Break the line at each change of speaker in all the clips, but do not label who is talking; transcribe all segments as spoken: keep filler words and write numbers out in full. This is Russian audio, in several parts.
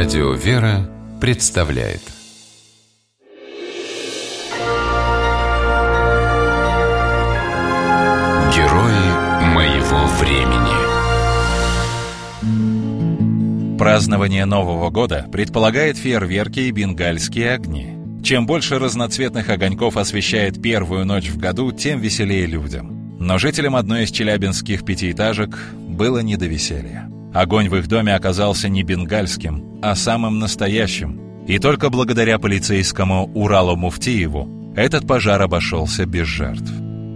Радио «Вера» представляет Герои моего времени.
Празднование Нового года предполагает фейерверки и бенгальские огни. Чем больше разноцветных огоньков освещает первую ночь в году, тем веселее людям. Но жителям одной из челябинских пятиэтажек было не до веселья. Огонь в их доме оказался не бенгальским, а самым настоящим. И только благодаря полицейскому Уралу Муфтиеву этот пожар обошелся без жертв.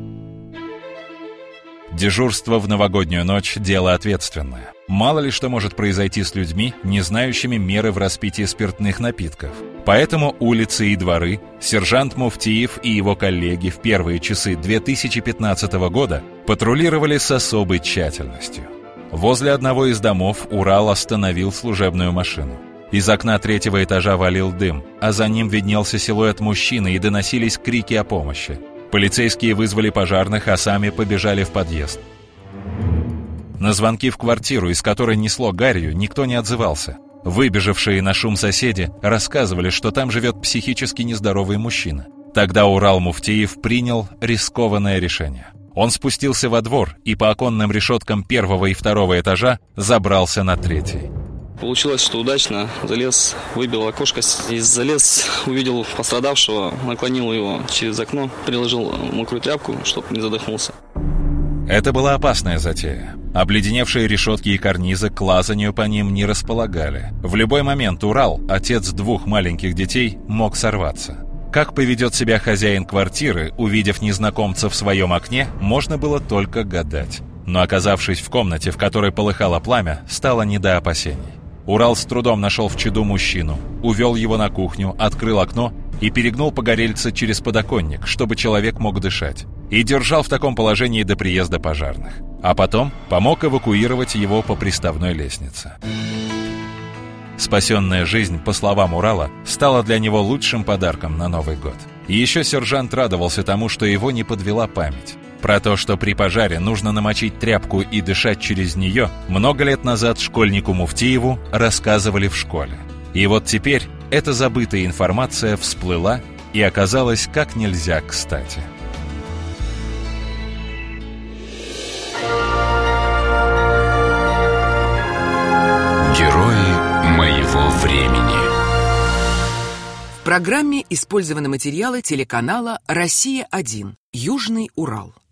Дежурство в новогоднюю ночь – дело ответственное. Мало ли что может произойти с людьми, не знающими меры в распитии спиртных напитков. Поэтому улицы и дворы сержант Муфтиев и его коллеги в первые часы две тысячи пятнадцатого года патрулировали с особой тщательностью. Возле одного из домов Урал остановил служебную машину. Из окна третьего этажа валил дым, а за ним виднелся силуэт мужчины и доносились крики о помощи. Полицейские вызвали пожарных, а сами побежали в подъезд. На звонки в квартиру, из которой несло гарью, никто не отзывался. Выбежавшие на шум соседи рассказывали, что там живет психически нездоровый мужчина. Тогда Урал Муфтиев принял рискованное решение. Он спустился во двор и по оконным решеткам первого и второго этажа забрался на третий.
Получилось, что удачно. Залез, выбил окошко, и залез, увидел пострадавшего, наклонил его через окно, приложил мокрую тряпку, чтобы не задохнулся.
Это была опасная затея. Обледеневшие решетки и карнизы к лазанию по ним не располагали. В любой момент Урал, отец двух маленьких детей, мог сорваться. Как поведет себя хозяин квартиры, увидев незнакомца в своем окне, можно было только гадать. Но оказавшись в комнате, в которой полыхало пламя, стало не до опасений. Урал с трудом нашел в чаду мужчину, увел его на кухню, открыл окно и перегнул погорельца через подоконник, чтобы человек мог дышать, и держал в таком положении до приезда пожарных. А потом помог эвакуировать его по приставной лестнице. Спасенная жизнь, по словам Урала, стала для него лучшим подарком на Новый год. И еще сержант радовался тому, что его не подвела память. Про то, что при пожаре нужно намочить тряпку и дышать через нее, много лет назад школьнику Муфтиеву рассказывали в школе. И вот теперь эта забытая информация всплыла и оказалась как нельзя кстати.
Герои моего времени.
В программе использованы материалы телеканала «Россия один. Южный Урал».